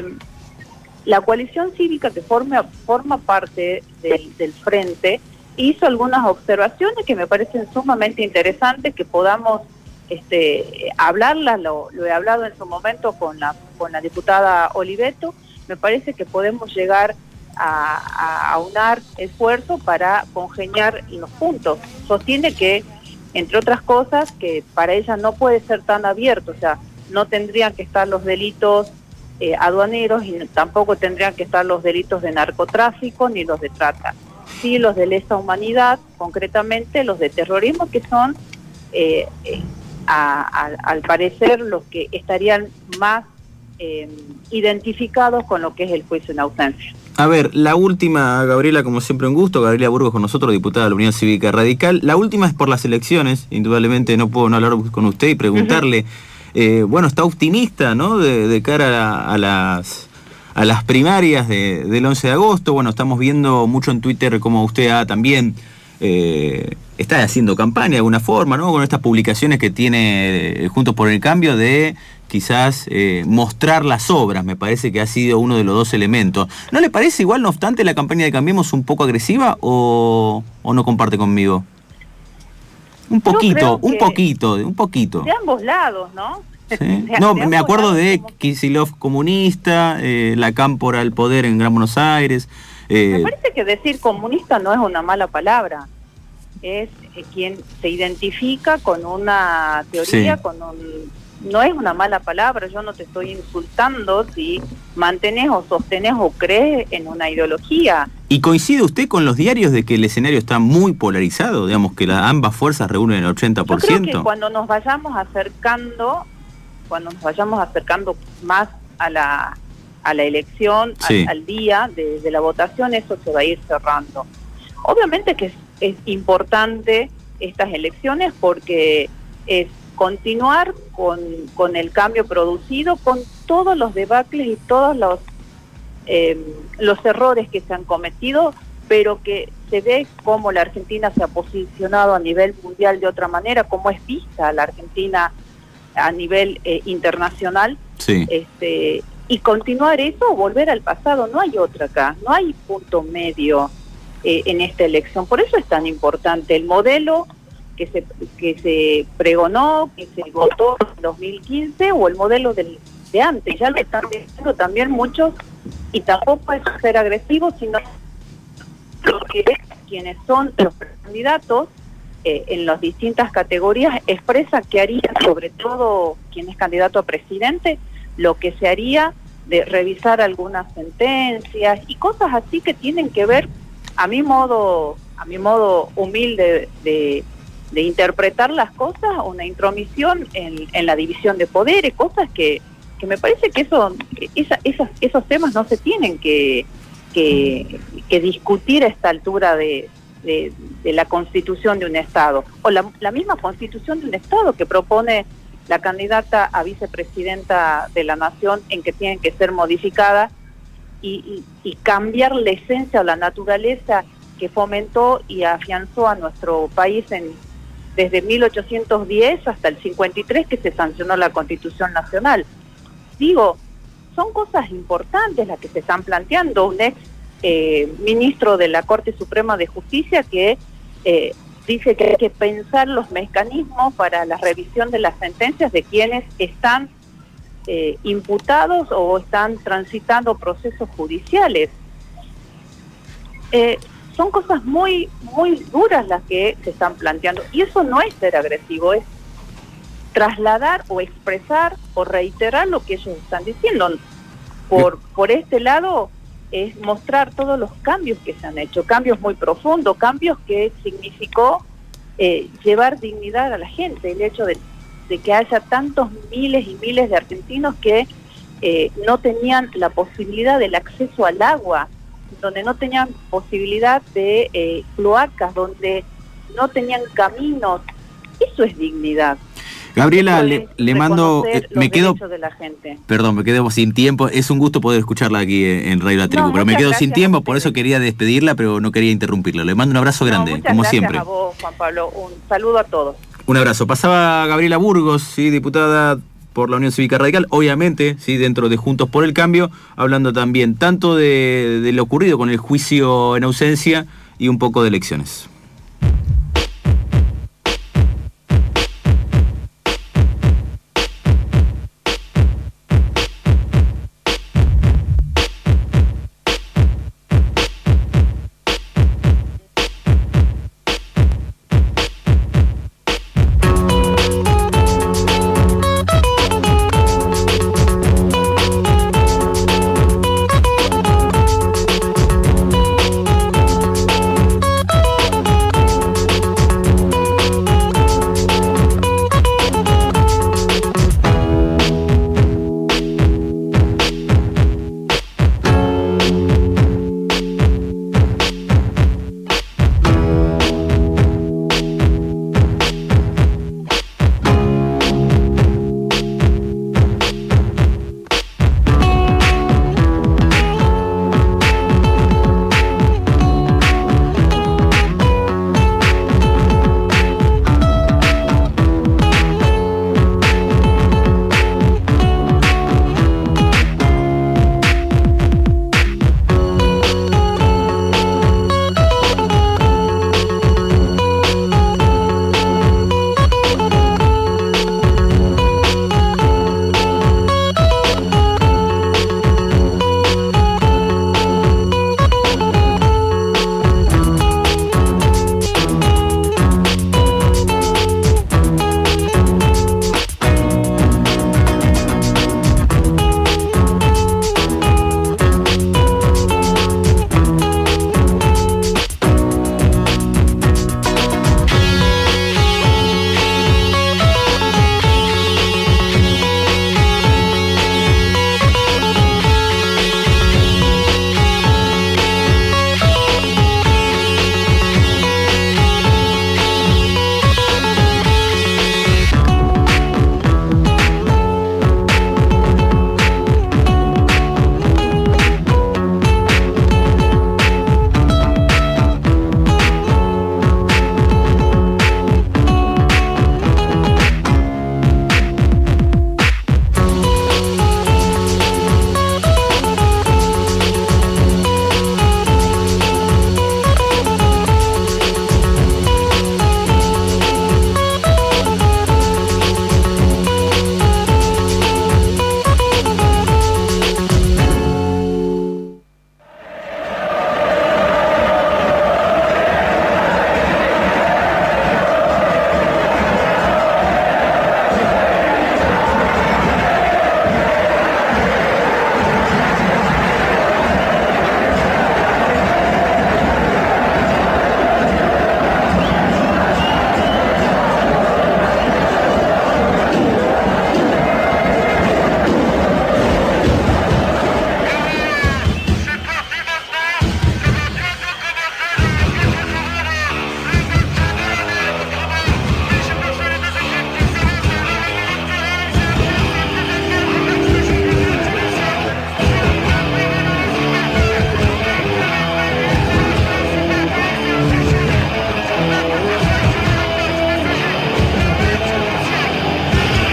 la coalición cívica que forma, forma parte del, del frente hizo algunas observaciones que me parecen sumamente interesantes, que podamos este, hablarlas, lo, lo he hablado en su momento con la, con la diputada Oliveto. Me parece que podemos llegar A, a aunar esfuerzo para congeniar los puntos. Sostiene que, entre otras cosas, que para ella no puede ser tan abierto, o sea, no tendrían que estar los delitos eh, aduaneros y tampoco tendrían que estar los delitos de narcotráfico ni los de trata. Sí, los de lesa humanidad, concretamente los de terrorismo, que son, eh, eh, a, a, al parecer, los que estarían más eh, identificados con lo que es el juicio en ausencia. A ver, la última, Gabriela, como siempre un gusto, Gabriela Burgos con nosotros, diputada de la Unión Cívica Radical. La última es por las elecciones, indudablemente no puedo no hablar con usted y preguntarle, uh-huh. eh, bueno, está optimista, ¿no?, de, de cara a, la, a las a las primarias de, del once de agosto. Bueno, estamos viendo mucho en Twitter como usted ha también eh, está haciendo campaña de alguna forma, ¿no?, con estas publicaciones que tiene eh, Juntos por el Cambio de... quizás eh, mostrar las obras, me parece que ha sido uno de los dos elementos. ¿No le parece igual, no obstante, la campaña de Cambiemos un poco agresiva o, o no comparte conmigo? Un poquito, un poquito, un poquito. De ambos lados, ¿no? ¿Sí? De, no, de me acuerdo de Kicillof comunista, eh, la cámpora al poder en Gran Buenos Aires. Eh, me parece que decir comunista no es una mala palabra. es eh, quien se identifica con una teoría, Sí. con un... No es una mala palabra, yo no te estoy insultando si mantenés o sostenés o crees en una ideología. ¿Y coincide usted con los diarios de que el escenario está muy polarizado? Digamos que la, ambas fuerzas reúnen el ochenta por Yo creo que ciento. cuando nos vayamos acercando, cuando nos vayamos acercando más a la, a la elección, Sí. al, al día de, de la votación, eso se va a ir cerrando. Obviamente que es, es importante estas elecciones porque es continuar con, con el cambio producido, con todos los debacles y todos los, eh, los errores que se han cometido, pero que se ve cómo la Argentina se ha posicionado a nivel mundial de otra manera, cómo es vista la Argentina a nivel eh, internacional, Sí. este, y continuar eso o volver al pasado. No hay otra acá, no hay punto medio eh, en esta elección. Por eso es tan importante el modelo que se que se pregonó, que se votó en dos mil quince, o el modelo del, de antes. Ya lo están diciendo también muchos, y tampoco es ser agresivo, sino que quienes son los candidatos eh, en las distintas categorías expresan que harían, sobre todo quien es candidato a presidente, lo que se haría de revisar algunas sentencias y cosas así que tienen que ver, a mi modo, a mi modo humilde de, de interpretar las cosas, una intromisión en, en la división de poderes, cosas que, que me parece que eso, esa, esas, esos temas no se tienen que, que, que discutir a esta altura de, de, de la constitución de un Estado, o la, la misma constitución de un Estado que propone la candidata a vicepresidenta de la Nación, en que tienen que ser modificadas y, y, y cambiar la esencia o la naturaleza que fomentó y afianzó a nuestro país en, desde mil ochocientos diez hasta el cincuenta y tres, que se sancionó la Constitución Nacional. Digo, son cosas importantes las que se están planteando. Un ex eh, ministro de la Corte Suprema de Justicia que eh, dice que hay que pensar los mecanismos para la revisión de las sentencias de quienes están eh, imputados o están transitando procesos judiciales. Eh, son cosas muy, muy duras las que se están planteando, y eso no es ser agresivo, es trasladar o expresar o reiterar lo que ellos están diciendo. Por, por este lado es mostrar todos los cambios que se han hecho, cambios muy profundos, cambios que significó eh, llevar dignidad a la gente, el hecho de, de que haya tantos miles y miles de argentinos que eh, no tenían la posibilidad del acceso al agua, donde no tenían posibilidad de eh, cloacas, donde no tenían caminos. Eso es dignidad. Gabriela, Eso le, es le mando, reconocer eh, los me quedo, derechos de la gente. perdón, me quedo sin tiempo. Es un gusto poder escucharla aquí en, en Radio La Tribu, No, pero me muchas quedo sin gracias tiempo, a por eso quería despedirla, pero no quería interrumpirla. Le mando un abrazo grande, No, muchas como gracias siempre. a vos, Juan Pablo. Un saludo a todos. Un abrazo. Pasaba Gabriela Burgos, sí, diputada por la Unión Cívica Radical, obviamente, sí, dentro de Juntos por el Cambio, hablando también tanto de, de lo ocurrido con el juicio en ausencia y un poco de elecciones.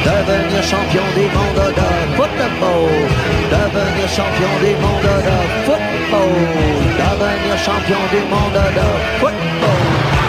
devenir champion du monde de football, devenir champion du monde de football, devenir champion du monde de football.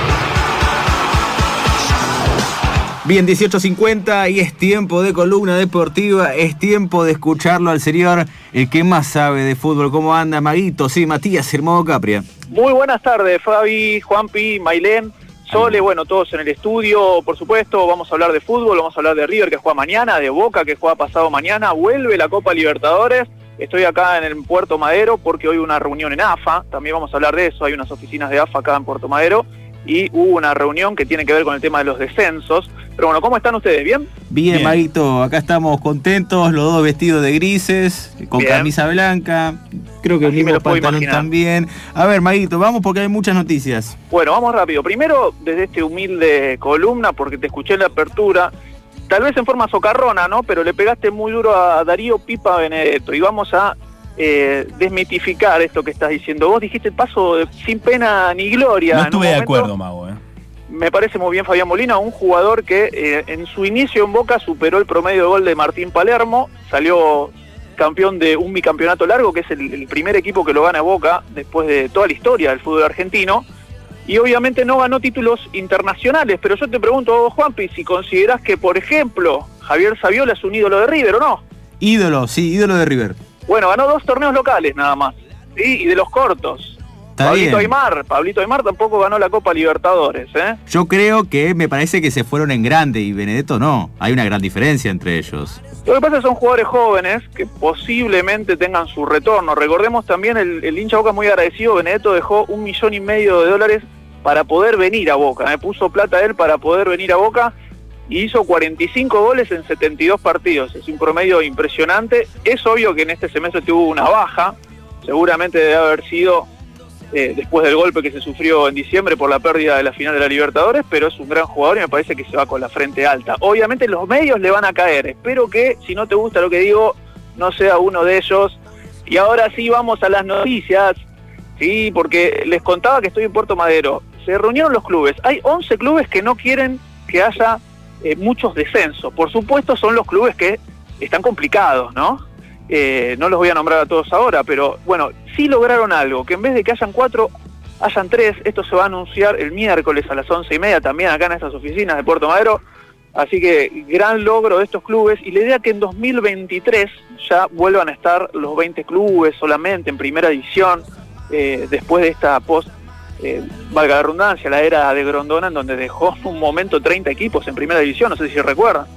Bien, dieciocho cincuenta y es tiempo de columna deportiva, es tiempo de escucharlo al señor, el que más sabe de fútbol. ¿Cómo anda, Maguito? Sí, Matías Hermodo Capria. Muy buenas tardes, Fabi, Juanpi, Mailén, Sole, bueno, todos en el estudio, por supuesto. Vamos a hablar de fútbol, vamos a hablar de River, que juega mañana, de Boca, que juega pasado mañana, vuelve la Copa Libertadores. Estoy acá en el Puerto Madero porque hoy hubo una reunión en A F A, también vamos a hablar de eso, hay unas oficinas de A F A acá en Puerto Madero, y hubo una reunión que tiene que ver con el tema de los descensos. Pero bueno, ¿cómo están ustedes? ¿Bien? Bien, Bien. Maguito, acá estamos contentos, los dos vestidos de grises, con Bien. camisa blanca, creo que el mismo pantalón también. A ver, Maguito, vamos porque hay muchas noticias. Bueno, vamos rápido. Primero, desde este humilde columna, porque te escuché en la apertura, tal vez en forma socarrona, ¿no? Pero le pegaste muy duro a Darío Pipa Benedetto, y vamos a eh, desmitificar esto que estás diciendo. Vos dijiste paso de, sin pena ni gloria. No estuve de momento, acuerdo, Mago, ¿eh? Me parece muy bien Fabián Molina, un jugador que eh, en su inicio en Boca superó el promedio de gol de Martín Palermo, salió campeón de un bicampeonato largo, que es el, el primer equipo que lo gana Boca después de toda la historia del fútbol argentino, y obviamente no ganó títulos internacionales. Pero yo te pregunto, Juanpi, si considerás que, por ejemplo, Javier Saviola es un ídolo de River o no. Ídolo, sí, ídolo de River. Bueno, ganó dos torneos locales nada más, ¿sí? Y de los cortos. Está Pablito bien. Aymar, Pablito Aymar tampoco ganó la Copa Libertadores, ¿eh? Yo creo que me parece que se fueron en grande y Benedetto no. Hay una gran diferencia entre ellos. Lo que pasa es que son jugadores jóvenes que posiblemente tengan su retorno. Recordemos también, el, el hincha Boca muy agradecido, Benedetto dejó un millón y medio de dólares para poder venir a Boca. Me puso plata él para poder venir a Boca y hizo cuarenta y cinco goles en setenta y dos partidos. Es un promedio impresionante. Es obvio que en este semestre tuvo una baja. Seguramente debe haber sido eh, después del golpe que se sufrió en diciembre por la pérdida de la final de la Libertadores, pero es un gran jugador y me parece que se va con la frente alta. Obviamente los medios le van a caer. Espero que, si no te gusta lo que digo, no sea uno de ellos. Y ahora sí vamos a las noticias. Sí, porque les contaba que estoy en Puerto Madero. Se reunieron los clubes. Hay once clubes que no quieren que haya eh, muchos descensos. Por supuesto son los clubes que están complicados, ¿no? Eh, no los voy a nombrar a todos ahora, pero bueno, sí lograron algo, que en vez de que hayan cuatro, hayan tres. Esto se va a anunciar el miércoles a las once y media también acá en estas oficinas de Puerto Madero. Así que gran logro de estos clubes, y la idea es que en dos mil veintitrés ya vuelvan a estar los veinte clubes solamente en primera división, eh, después de esta post, eh, valga la redundancia, la era de Grondona, en donde dejó un momento treinta equipos en primera división, no sé si recuerdan.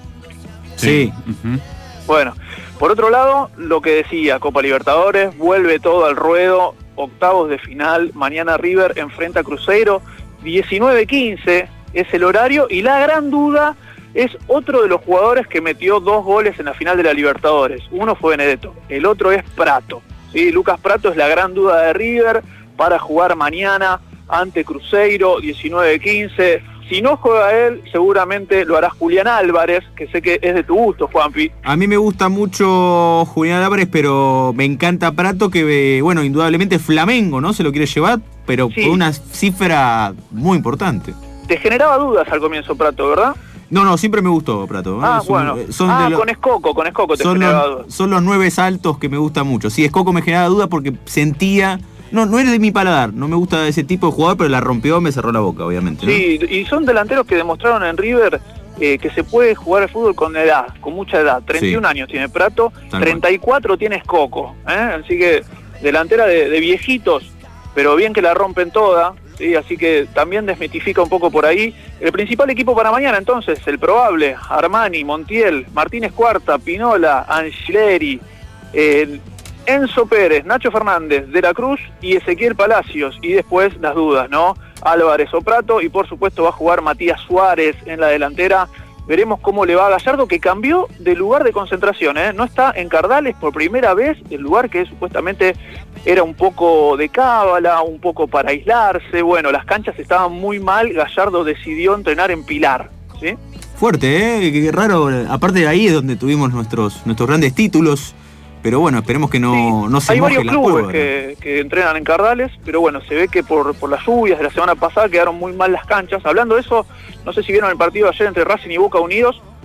Sí. Uh-huh. Bueno, por otro lado, lo que decía, Copa Libertadores, vuelve todo al ruedo, octavos de final, mañana River enfrenta a Cruzeiro, diecinueve quince es el horario, y la gran duda es otro de los jugadores que metió dos goles en la final de la Libertadores. Uno fue Benedetto, el otro es Prato. ¿Sí? Lucas Prato es la gran duda de River para jugar mañana ante Cruzeiro, diecinueve quince. Si no juega él, seguramente lo hará Julián Álvarez, que sé que es de tu gusto, Juanpi. A mí me gusta mucho Julián Álvarez, pero me encanta Prato, que, bueno, indudablemente Flamengo, ¿no? Se lo quiere llevar, pero sí, con una cifra muy importante. Te generaba dudas al comienzo Prato, ¿verdad? No, no, siempre me gustó Prato. ¿eh? Ah, son, bueno. Son ah, de lo, con Escoco, con Escoco te son generaba los, dudas. Son los nueve saltos que me gustan mucho. Sí, Escoco me generaba dudas porque sentía... No, no era de mi paladar, no me gusta ese tipo de jugador, pero la rompió, me cerró la boca, obviamente, ¿no? Sí, y son delanteros que demostraron en River eh, que se puede jugar al fútbol con edad, con mucha edad. treinta y un sí. años tiene Prato, Tal treinta y cuatro cual. Tiene Escoco, ¿eh? Así que delantera de, de viejitos, pero bien que la rompen toda, ¿sí? Así que también desmitifica un poco por ahí. El principal equipo para mañana, entonces, el probable, Armani, Montiel, Martínez Cuarta, Pinola, Angileri, eh, Enzo Pérez, Nacho Fernández, De la Cruz y Ezequiel Palacios, y después las dudas, ¿no? Álvarez o Prato, y por supuesto va a jugar Matías Suárez en la delantera. Veremos cómo le va a Gallardo, que cambió de lugar de concentración, ¿eh? No está en Cardales por primera vez, el lugar que supuestamente era un poco de cábala, un poco para aislarse. Bueno, las canchas estaban muy mal, Gallardo decidió entrenar en Pilar, ¿sí? Fuerte, ¿eh? Qué raro, aparte de ahí es donde tuvimos nuestros, nuestros grandes títulos. Pero bueno, esperemos que no, sí, no se hay moje varios la clubes pólvora. que, que entrenan en Cardales, pero bueno, se ve que por, por las lluvias de la semana pasada quedaron muy mal las canchas. Hablando de eso, no sé si vieron el partido de ayer entre Racing y Boca Unidos,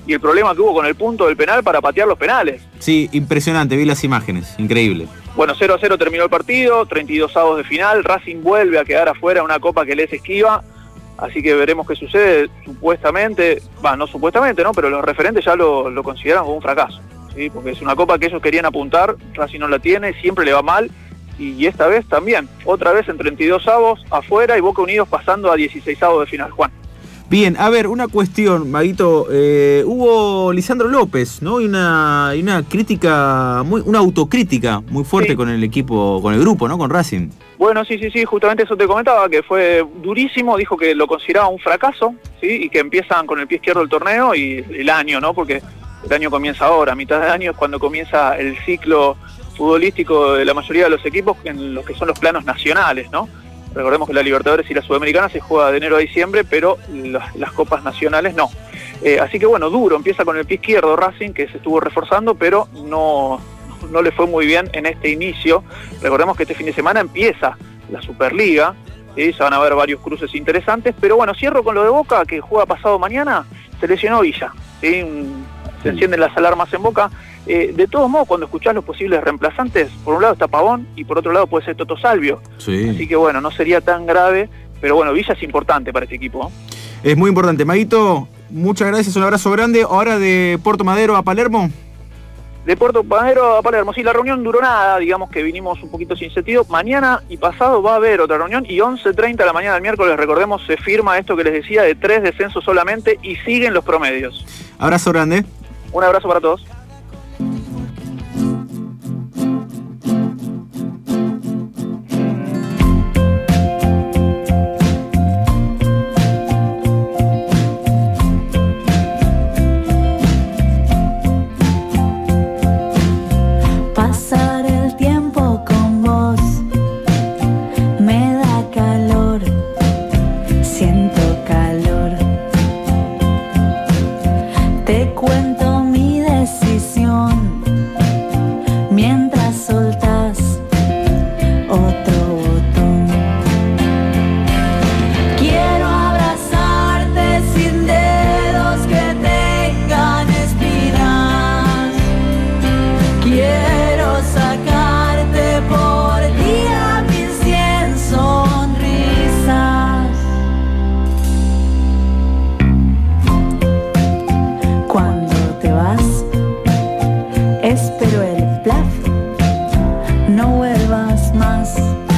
y el problema que hubo con el punto del penal para patear los penales. Sí, impresionante, vi las imágenes, increíble. Bueno, cero a cero terminó el partido, treinta y dos avos de final, Racing vuelve a quedar afuera en una copa que les esquiva, así que veremos qué sucede. Supuestamente, va, no supuestamente, ¿no? Pero los referentes ya lo, lo consideran como un fracaso, ¿sí? Porque es una copa que ellos querían apuntar, Racing no la tiene, siempre le va mal, y esta vez también, otra vez en treinta y dos avos afuera y Boca Unidos pasando a dieciséis avos de final, Juan. Bien, a ver, una cuestión, Maguito, eh, hubo Lisandro López, ¿no? Y una, y una crítica, muy, una autocrítica muy fuerte sí. con el equipo, con el grupo, ¿no? Con Racing. Bueno, sí, sí, sí, justamente eso te comentaba, que fue durísimo, dijo que lo consideraba un fracaso, ¿sí? Y que empiezan con el pie izquierdo el torneo y el año, ¿no? Porque el año comienza ahora, a mitad de año es cuando comienza el ciclo futbolístico de la mayoría de los equipos en los que son los planos nacionales, ¿no? Recordemos que la Libertadores y la Sudamericana se juega de enero a diciembre, pero las, las copas nacionales no. Eh, así que bueno, duro, empieza con el pie izquierdo Racing, que se estuvo reforzando, pero no, no le fue muy bien en este inicio. Recordemos que este fin de semana empieza la Superliga, ¿sí? Se van a ver varios cruces interesantes, pero bueno, cierro con lo de Boca, que juega pasado mañana, se lesionó Villa, ¿sí? Un, se encienden las alarmas en Boca. Eh, de todos modos, cuando escuchás los posibles reemplazantes, por un lado está Pavón y por otro lado puede ser Toto Salvio. Sí. Así que bueno, no sería tan grave, pero bueno, Villa es importante para este equipo, ¿no? Es muy importante. Maguito, muchas gracias, un abrazo grande. Ahora de Puerto Madero a Palermo. De Puerto Madero a Palermo, sí, la reunión duró nada, digamos que vinimos un poquito sin sentido. Mañana y pasado va a haber otra reunión y once treinta de la mañana del miércoles, recordemos, se firma esto que les decía de tres descensos solamente y siguen los promedios. Abrazo grande. Un abrazo para todos. Pasar el tiempo con vos me da calor, siento calor. Te cuento mi decisión mientras soltas otro botón. Quiero abrazarte sin dedos que tengan espinas. Quiero sacarte por día mil cien sonrisas. Cuando te vas, espero el plaf, no vuelvas más.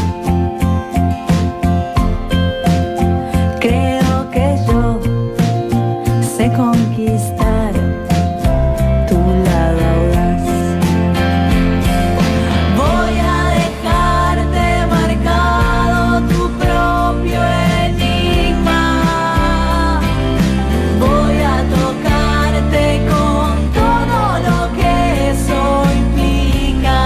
Creo que yo sé conquistar tu lado audaz. Voy a dejarte marcado tu propio enigma. Voy a tocarte con todo lo que eso implica.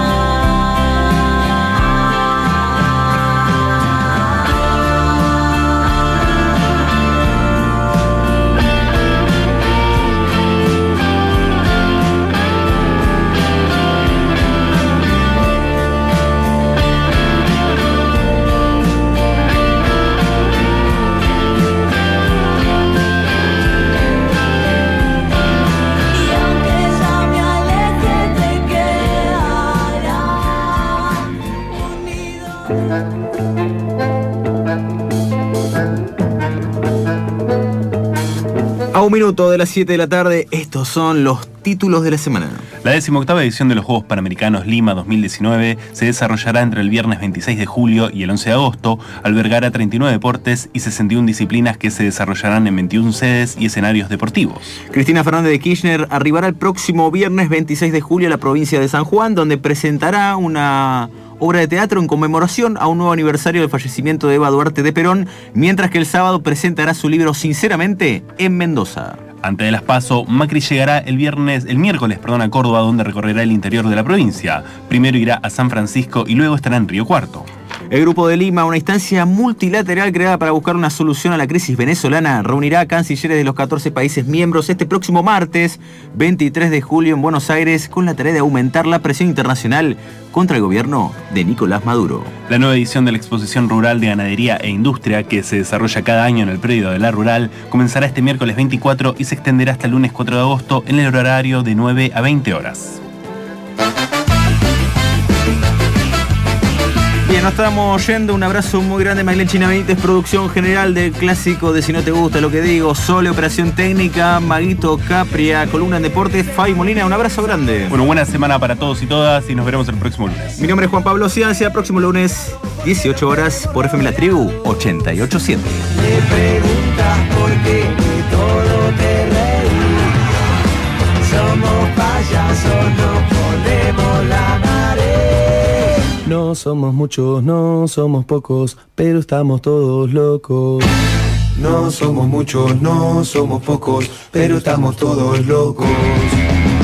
Y aunque ya me aleje, te quedará A un minuto de las siete de la tarde, estos son los títulos de la semana. La decimoctava edición de los Juegos Panamericanos Lima dos mil diecinueve se desarrollará entre el viernes veintiséis de julio y el once de agosto, albergará treinta y nueve deportes y sesenta y una disciplinas que se desarrollarán en veintiuna sedes y escenarios deportivos. Cristina Fernández de Kirchner arribará el próximo viernes veintiséis de julio a la provincia de San Juan, donde presentará una obra de teatro en conmemoración a un nuevo aniversario del fallecimiento de Eva Duarte de Perón, mientras que el sábado presentará su libro Sinceramente en Mendoza. Antes de las PASO, Macri llegará el viernes, el miércoles, perdón, a Córdoba, donde recorrerá el interior de la provincia. Primero irá a San Francisco y luego estará en Río Cuarto. El Grupo de Lima, una instancia multilateral creada para buscar una solución a la crisis venezolana, reunirá a cancilleres de los catorce países miembros este próximo martes, veintitrés de julio en Buenos Aires, con la tarea de aumentar la presión internacional contra el gobierno de Nicolás Maduro. La nueva edición de la Exposición Rural de Ganadería e Industria, que se desarrolla cada año en el predio de La Rural, comenzará este miércoles veinticuatro y se extenderá hasta el lunes cuatro de agosto en el horario de nueve a veinte horas. Bien, nos estamos yendo. Un abrazo muy grande, Maglén China Benítez, producción general del clásico de Si No Te Gusta Lo Que Digo, Sole, operación técnica, Maguito Capria, columna en deportes, Fabi Molina. Un abrazo grande. Bueno, buena semana para todos y todas y nos veremos el próximo lunes. Mi nombre es Juan Pablo Ciancia, próximo lunes, dieciocho horas, por F M La Tribu, ochenta y ocho punto siete. Me preguntas por qué de todo te reí. Somos payasos, no ponemos la marea. No somos muchos, no somos pocos, pero estamos todos locos. No somos muchos, no somos pocos, pero estamos todos locos.